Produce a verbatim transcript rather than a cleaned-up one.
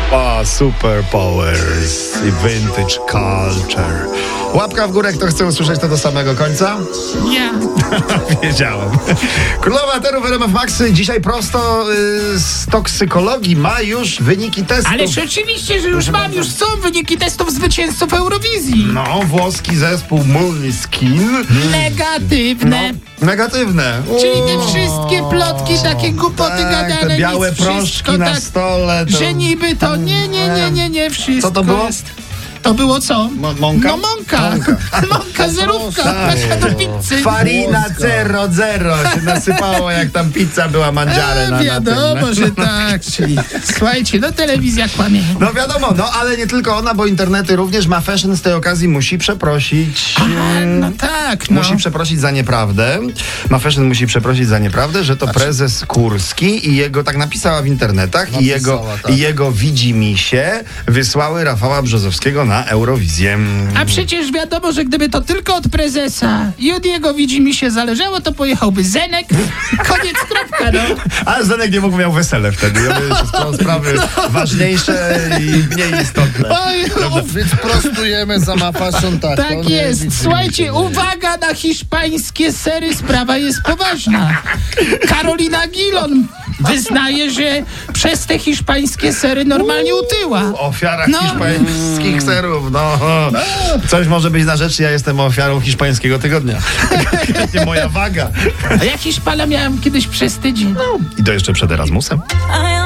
O, superpowers i vintage culture. Łapka w górę, kto chce usłyszeć to do samego końca? Ja. Wiedziałem. Królowa Eteru w R M F Max dzisiaj prosto y, z toksykologii ma już wyniki testów. Ależ oczywiście, że już Proszę mam, bardzo. już są wyniki testów zwycięzców Eurowizji. No, włoski zespół Måneskin. Negatywne. No, negatywne. Czyli te wszystkie plotki, takie głupoty tak, gadane, te białe nic, proszki wszystko na tak, stole. To... że niby to nie, nie, nie, nie, nie, wszystko Co to było? jest. To było co? Mo- mąka? No mąka. Mąka. Mąka, zerówka, Tak. paczka do pizzy. Farina zero zero się nasypało, jak tam pizza była mangiare A, na, na wiadomo, tym. że tak, czyli słuchajcie, no telewizja kłamie. No wiadomo, no ale nie tylko ona, bo internety również ma fashion z tej okazji musi przeprosić. A, mm, no tak, no. Musi przeprosić za nieprawdę. Ma fashion musi przeprosić za nieprawdę, że to prezes Kurski i jego, tak napisała w internetach, i jego, tak. i jego widzimisię wysłały Rafała Brzozowskiego na Eurowizję. A przecież wiadomo, że gdyby to tylko od prezesa i od jego widzi mi się zależało, to pojechałby Zenek. Koniec, kropka, no. Ale Zenek nie mógł, miał wesele wtedy. Ja mówię, że są sprawy ważniejsze i mniej istotne. Oj, uf, Więc prostujemy za ma fashion, tak. tak to nie jest. widzi Słuchajcie, się. uwaga na hiszpańskie sery, sprawa jest poważna. Karolina Gilon wyznaje, że przez te hiszpańskie sery normalnie utyła. Ofiara No. hiszpańskich serów, no. Coś może być na rzecz, ja jestem ofiarą hiszpańskiego tygodnia. Nie moja waga. A ja Hiszpana miałem kiedyś przez tydzień. I to jeszcze przed Erasmusem. A ja